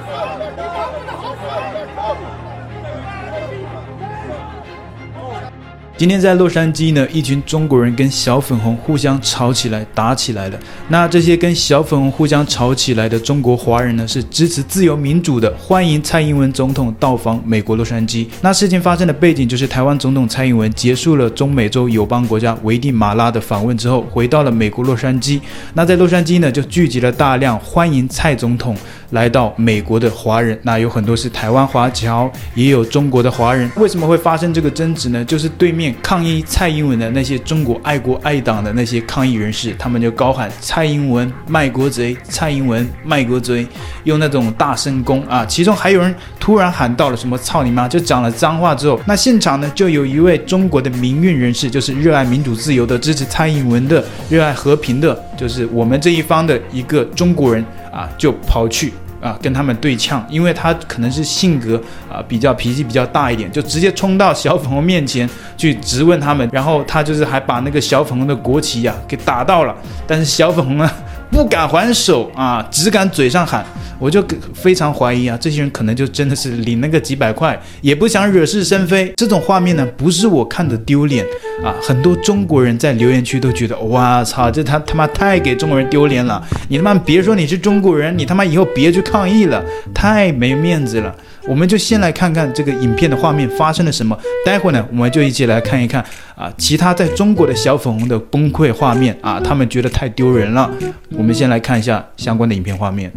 今天在洛杉矶呢，一群中国人跟小粉红互相吵起来，打起来了。那这些跟小粉红互相吵起来的中国华人呢，是支持自由民主的，欢迎蔡英文总统到访美国洛杉矶。那事情发生的背景就是台湾总统蔡英文结束了中美洲友邦国家危地马拉的访问之后，回到了美国洛杉矶。那在洛杉矶呢，就聚集了大量欢迎蔡总统来到美国的华人。那有很多是台湾华侨，也有中国的华人。为什么会发生这个争执呢？就是对面抗议蔡英文的那些中国爱国爱党的那些抗议人士，他们就高喊蔡英文卖国贼，蔡英文卖国贼，用那种大声公啊，其中还有人突然喊到了什么操你妈，就讲了脏话之后，那现场呢就有一位中国的民运人士，就是热爱民主自由的，支持蔡英文的，热爱和平的，就是我们这一方的一个中国人啊，就跑去跟他们对呛，因为他可能是性格比较脾气比较大一点，就直接冲到小粉红面前去质问他们，然后他就是还把那个小粉红的国旗给打到了，但是小粉红呢不敢还手只敢嘴上喊。我就非常怀疑这些人可能就真的是领那个几百块，也不想惹是生非。这种画面呢，不是我看的丢脸很多中国人在留言区都觉得，哇操，这他妈太给中国人丢脸了！你他妈别说你是中国人，你他妈以后别去抗议了，太没面子了。我们就先来看看这个影片的画面发生了什么，待会呢我们就一起来看一看其他在中国的小粉红的崩溃画面他们觉得太丢人了。我们先来看一下相关的影片画面。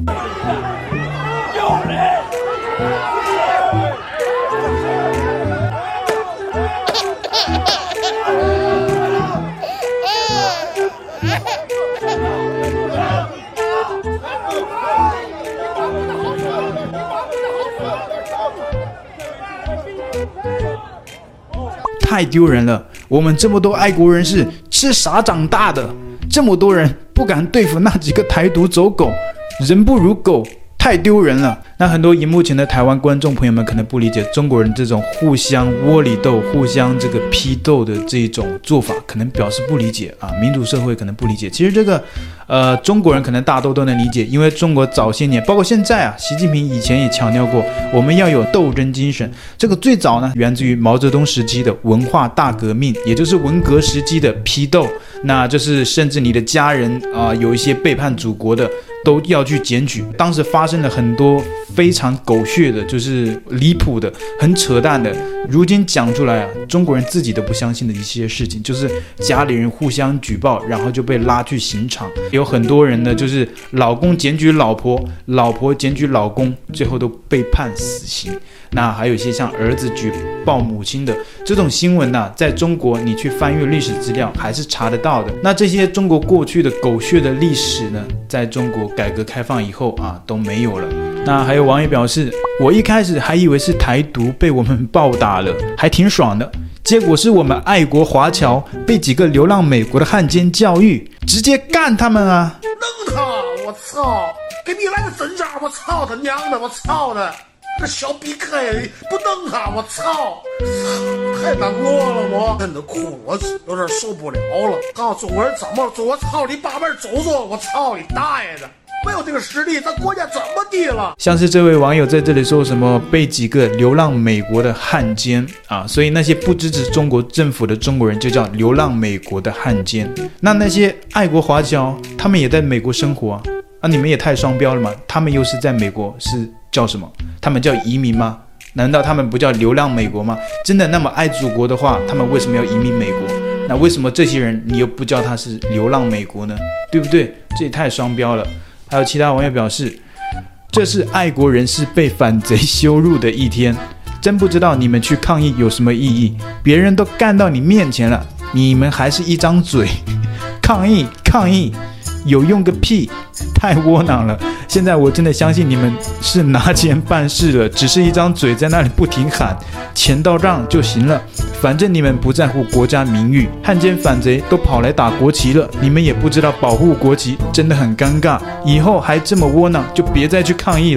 太丢人了！我们这么多爱国人士吃啥长大的？这么多人不敢对付那几个台独走狗，人不如狗，太丢人了。那很多荧幕前的台湾观众朋友们可能不理解中国人这种互相窝里斗、互相这个批斗的这种做法，可能表示不理解民主社会可能不理解。其实这个中国人可能大多都能理解，因为中国早些年包括现在习近平以前也强调过，我们要有斗争精神。这个最早呢源自于毛泽东时期的文化大革命，也就是文革时期的批斗。那就是甚至你的家人有一些背叛祖国的都要去检举。当时发生了很多非常狗血的，就是离谱的、很扯淡的，如今讲出来中国人自己都不相信的一些事情，就是家里人互相举报，然后就被拉去刑场。有很多人呢，就是老公检举老婆，老婆检举老公，最后都被判死刑。那还有一些像儿子举报母亲的这种新闻在中国你去翻阅历史资料还是查得到的。那这些中国过去的狗血的历史呢，在中国改革开放以后都没有了。那还有网友表示，我一开始还以为是台独被我们暴打了，还挺爽的，结果是我们爱国华侨被几个流浪美国的汉奸教育，直接干他们弄他！我操！给你来个真假！我操他娘的！我操的！这小逼K不弄他！我操！太难过了，我真的哭，我有点受不了了。告诉中国人怎么做？我操你八辈走走！我操你大爷的！没有这个实力，咱国家怎么地了？ 像是这位网友在这里说什么被几个流浪美国的汉奸所以那些不支持中国政府的中国人就叫流浪美国的汉奸。那些爱国华侨，他们也在美国生活你们也太双标了嘛！他们又是在美国是叫什么？他们叫移民吗？难道他们不叫流浪美国吗？真的那么爱祖国的话，他们为什么要移民美国？那为什么这些人你又不叫他是流浪美国呢？对不对？这也太双标了。还有其他网友表示，这是爱国人士被反贼羞辱的一天，真不知道你们去抗议有什么意义，别人都干到你面前了，你们还是一张嘴，抗议有用个屁，太窝囊了。现在我真的相信你们是拿钱办事了，只是一张嘴在那里不停喊钱到账就行了，反正你们不在乎国家名誉，汉奸反贼都跑来打国旗了，你们也不知道保护国旗，真的很尴尬。以后还这么窝囊就别再去抗议了。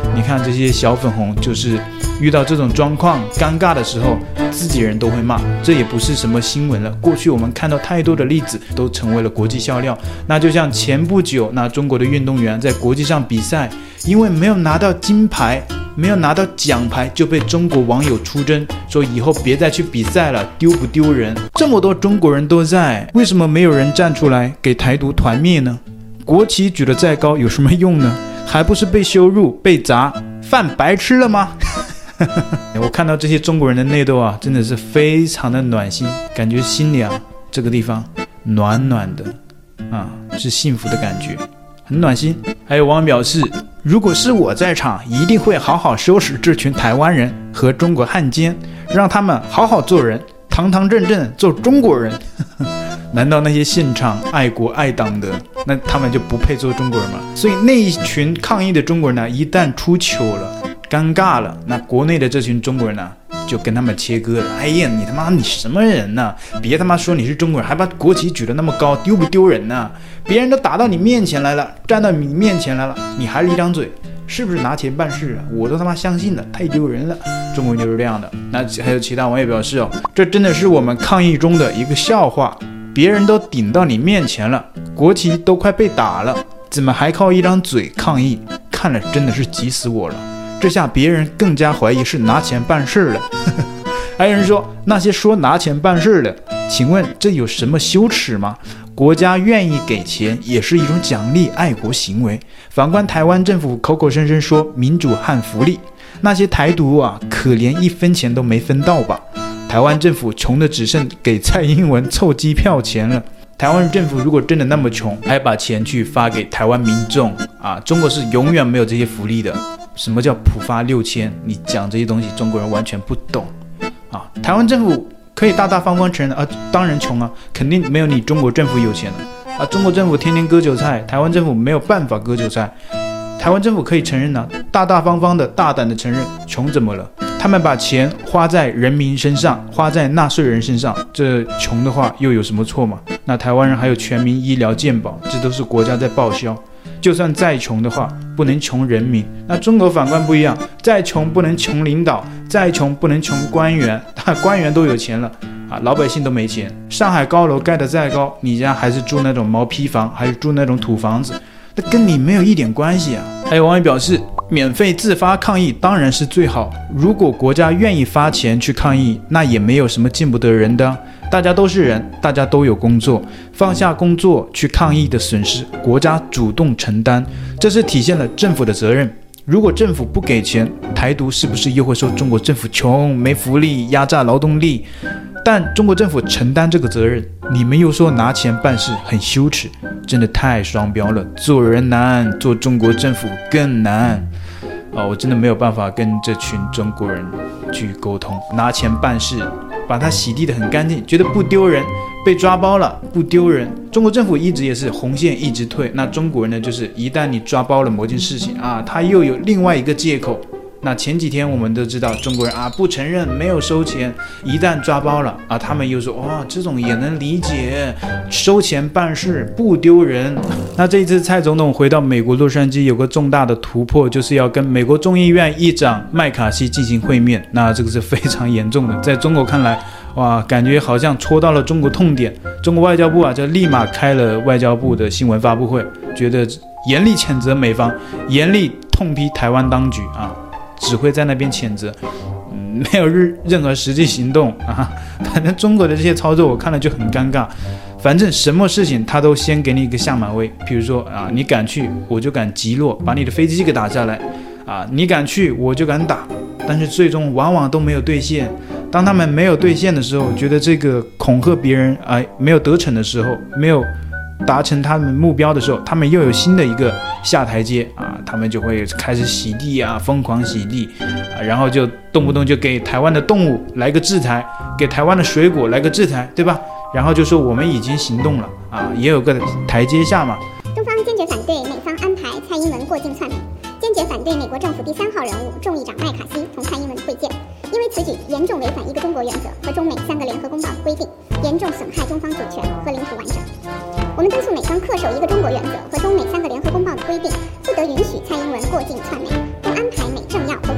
你看这些小粉红，就是遇到这种状况尴尬的时候，自己人都会骂，这也不是什么新闻了。过去我们看到太多的例子，都成为了国际笑料。那就像前不久，那中国的运动员在国际上比赛，因为没有拿到金牌，没有拿到奖牌，就被中国网友出征，说以后别再去比赛了，丢不丢人？这么多中国人都在，为什么没有人站出来给台独团灭呢？国旗举得再高有什么用呢？还不是被羞辱、被砸，饭白吃了吗？我看到这些中国人的内斗啊，真的是非常的暖心，感觉心里啊这个地方暖暖的啊，是幸福的感觉，很暖心。还有网友表示，如果是我在场，一定会好好收拾这群台湾人和中国汉奸，让他们好好做人，堂堂正正做中国人。难道那些现场爱国爱党的，那他们就不配做中国人吗？所以那一群抗议的中国人呢，一旦出糗了，尴尬了，那国内的这群中国人呢，就跟他们切割了。哎呀，你他妈你什么人呢？别他妈说你是中国人，还把国旗举得那么高，丢不丢人呢？别人都打到你面前来了，站到你面前来了，你还是一张嘴，是不是拿钱办事啊？我都他妈相信了，太丢人了。中国人就是这样的。那还有其他网友表示这真的是我们抗议中的一个笑话。别人都顶到你面前了，国旗都快被打了，怎么还靠一张嘴抗议？看了真的是急死我了。这下别人更加怀疑是拿钱办事了。还有人说，那些说拿钱办事的，请问这有什么羞耻吗？国家愿意给钱也是一种奖励爱国行为。反观台湾政府口口声声说民主和福利，那些台独啊，可怜1分钱都没分到吧？台湾政府穷的只剩给蔡英文凑机票钱了。台湾政府如果真的那么穷，还把钱去发给台湾民众啊，中国是永远没有这些福利的。什么叫普发6000？你讲这些东西，中国人完全不懂啊。台湾政府可以大大方方承认啊，当然穷啊，肯定没有你中国政府有钱啊。中国政府天天割韭菜，台湾政府没有办法割韭菜。台湾政府可以承认大大方方的大胆的承认，穷怎么了？他们把钱花在人民身上，花在纳税人身上，这穷的话又有什么错吗？那台湾人还有全民医疗健保，这都是国家在报销。就算再穷的话，不能穷人民。那中国反观不一样，再穷不能穷领导，再穷不能穷官员，官员都有钱了啊，老百姓都没钱。上海高楼盖得再高，你家还是住那种毛坯房，还是住那种土房子，那跟你没有一点关系啊。还有网友表示，免费自发抗议当然是最好，如果国家愿意发钱去抗议，那也没有什么见不得人的。大家都是人，大家都有工作，放下工作去抗议的损失，国家主动承担，这是体现了政府的责任。如果政府不给钱，台独是不是又会说中国政府穷、没福利、压榨劳动力？但中国政府承担这个责任，你们又说拿钱办事很羞耻，真的太双标了。做人难，做中国政府更难。我真的没有办法跟这群中国人去沟通。拿钱办事，把它洗涤得很干净，觉得不丢人，被抓包了不丢人。中国政府一直也是红线一直退，那中国人呢，就是一旦你抓包了某件事情啊，他又有另外一个借口。那前几天我们都知道中国人啊不承认没有收钱，一旦抓包了啊，他们又说这种也能理解，收钱办事不丢人。那这一次蔡总统回到美国洛杉矶有个重大的突破，就是要跟美国众议院议长麦卡锡进行会面，那这个是非常严重的，在中国看来感觉好像戳到了中国痛点。中国外交部就立马开了外交部的新闻发布会，觉得严厉谴责美方，严厉痛批台湾当局只会在那边谴责，没有任何实际行动反正中国的这些操作我看了就很尴尬。反正什么事情他都先给你一个下马威，比如说你敢去我就敢击落，把你的飞机给打下来你敢去我就敢打，但是最终往往都没有兑现。当他们没有兑现的时候，觉得这个恐吓别人没有得逞的时候，没有达成他们目标的时候，他们又有新的一个下台阶他们就会开始洗地疯狂洗地然后就动不动就给台湾的动物来个制裁，给台湾的水果来个制裁，对吧？然后就说我们已经行动了也有个台阶下嘛。 中方坚决反对美方安排蔡英文过境窜美，坚决反对美国政府第3号人物众议长麦卡锡同蔡英文会见，因为此举严重违反一个中国原则和中美3个联合公报的规定，严重损害中方主权和领土完整。我们敦促美方恪守一个中国原则和中美3个联合公报的规定，不得允许蔡英文过境窜美，不安排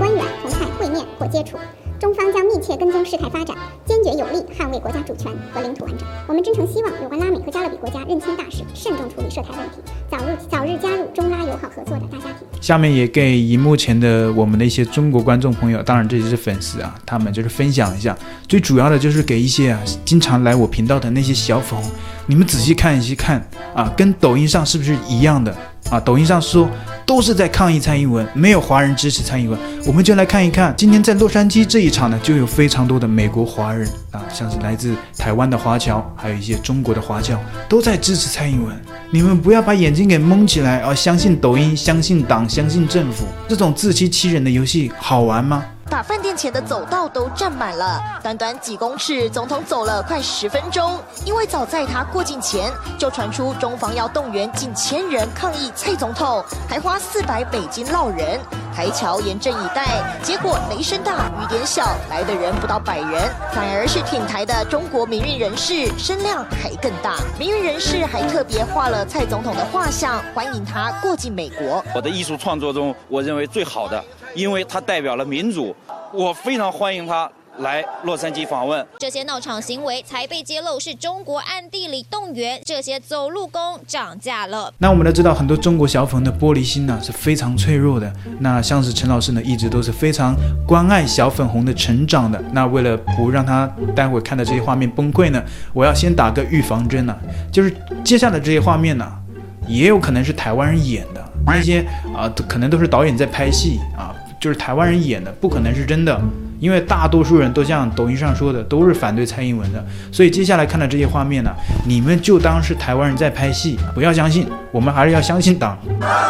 官员同台会面或接触。中方将密切跟踪事态发展，坚决有力捍卫国家主权和领土完整。我们真诚希望有关拉美和加勒比国家认清大事，慎重处理涉台问题，早日加入中拉友好合作的大家庭。 下面也给荧幕前的我们的一些中国观众朋友，当然这些是粉丝啊，他们就是分享一下。最主要的就是给一些经常来我频道的那些小粉红，你们仔细看一看啊，跟抖音上是不是一样的啊？抖音上说都是在抗议蔡英文，没有华人支持蔡英文。我们就来看一看，今天在洛杉矶这一场呢，就有非常多的美国华人啊，像是来自台湾的华侨，还有一些中国的华侨，都在支持蔡英文。你们不要把眼睛给蒙起来啊！相信抖音，相信党，相信政府，这种自欺欺人的游戏好玩吗？ 把饭店前的走道都站满了，短短几公尺，总统走了快10分钟。因为早在他过境前，就传出中方要动员近1000人抗议蔡总统，还花$400落人。台侨严阵以待，结果雷声大雨点小，来的人不到100人，反而是挺台的中国民运人士声量还更大。民运人士还特别画了蔡总统的画像，欢迎他过境美国。 我的艺术创作中，我认为最好的，因为它代表了民主，我非常欢迎他来洛杉矶访问。 这些闹场行为才被揭露是中国暗地里动员这些走路工涨价了。 那我们都知道，很多中国小粉的玻璃心呢是非常脆弱的。那像是陈老师呢，一直都是非常关爱小粉红的成长的。那为了不让他待会看到这些画面崩溃呢，我要先打个预防针呢，就是接下来这些画面呢，也有可能是台湾人演的，那些可能都是导演在拍戏啊，就是台湾人演的，不可能是真的。因为大多数人都像抖音上说的，都是反对蔡英文的，所以接下来看到这些画面呢，你们就当是台湾人在拍戏，不要相信，我们还是要相信党。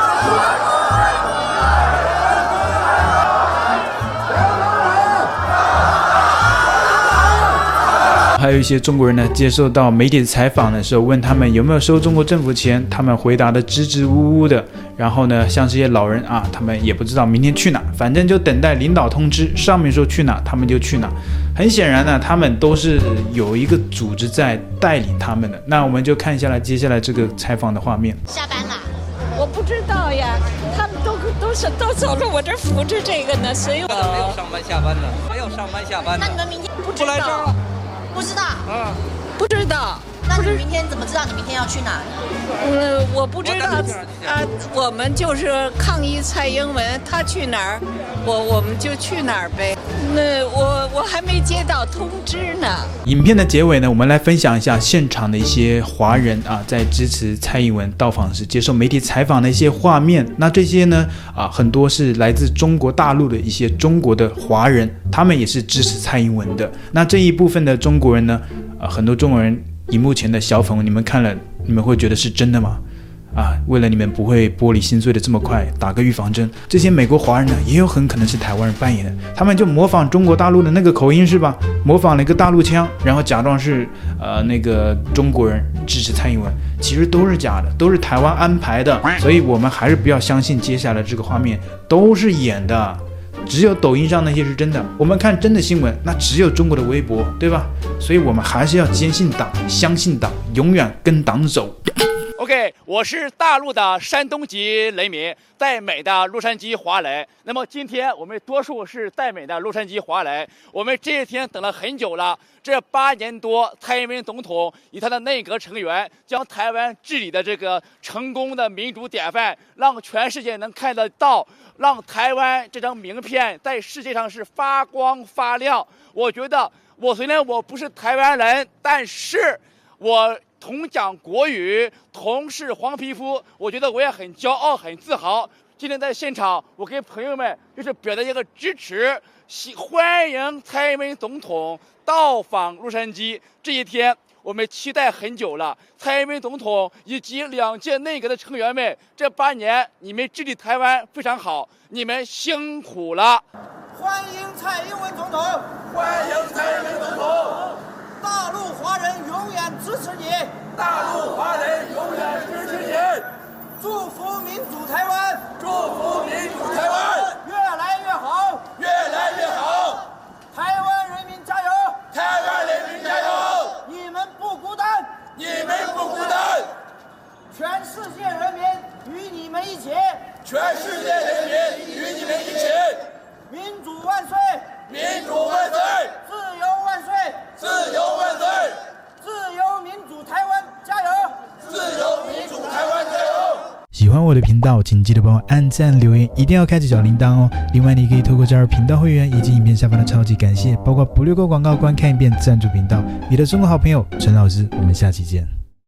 还有一些中国人呢，接受到媒体的采访的时候，问他们有没有收中国政府钱，他们回答的支支吾吾的。然后呢，像这些老人啊，他们也不知道明天去哪，反正就等待领导通知，上面说去哪，他们就去哪。很显然呢，他们都是有一个组织在带领他们的。那我们就看下来接下来这个采访的画面。 下班啦？ 我不知道呀，他们都走了，我这扶着这个呢，所以我没有上班下班的，没有上班下班的。 那你们明天不来这儿了？ 不知道啊， 不知道。 那你明天怎么知道你明天要去哪？ 我不知道啊，我们就是抗议蔡英文，他去哪儿，我们就去哪儿呗。那我还没接到通知呢。 影片的结尾呢，我们来分享一下现场的一些华人啊，在支持蔡英文到访时接受媒体采访的一些画面。那这些呢很多是来自中国大陆的一些中国的华人，他们也是支持蔡英文的。那这一部分的中国人呢，很多中国人荧幕前的小粉红，你们看了，你们会觉得是真的吗？为了你们不会玻璃心碎的这么快，打个预防针。这些美国华人呢，也有很可能是台湾人扮演的，他们就模仿中国大陆的那个口音是吧？模仿了一个大陆腔，然后假装是那个中国人支持蔡英文，其实都是假的，都是台湾安排的。所以我们还是不要相信接下来这个画面都是演的。只有抖音上那些是真的，我们看真的新闻，那只有中国的微博，对吧？所以我们还是要坚信党，相信党，永远跟党走。 OK， 我是大陆的山东籍雷民，在美的洛杉矶华莱。那么今天我们多数是在美的洛杉矶华莱，我们这一天等了很久了。这8年多，蔡英文总统与他的内阁成员将台湾治理的这个成功的民主典范，让全世界能看得到，让台湾这张名片在世界上是发光发亮。我觉得，虽然我不是台湾人，但是我同讲国语，同是黄皮肤，我觉得我也很骄傲，很自豪。今天在现场，我给朋友们就是表达一个支持，欢迎蔡英文总统到访洛杉矶。这一天我们期待很久了，蔡英文总统以及2届内阁的成员们，这8年你们治理台湾非常好，你们辛苦了。 欢迎蔡英文总统， 欢迎蔡英文总统。 大陆华人永远支持你， 大陆华人永远支持你。 祝福民主台湾， 祝福民主台湾越来越好， 越来越好。 台湾人民加油， 台湾人民加油！ 你们不孤单， 你们不孤单。 全世界人民与你们一起， 全世界人民与你们一起。 民喜欢我的频道，请记得帮我按赞留言，一定要开启小铃铛哦。另外，你可以透过加入频道会员以及影片下方的超级感谢，包括不略过广告、观看一遍赞助频道。你的中国好朋友陈老师，我们下期见。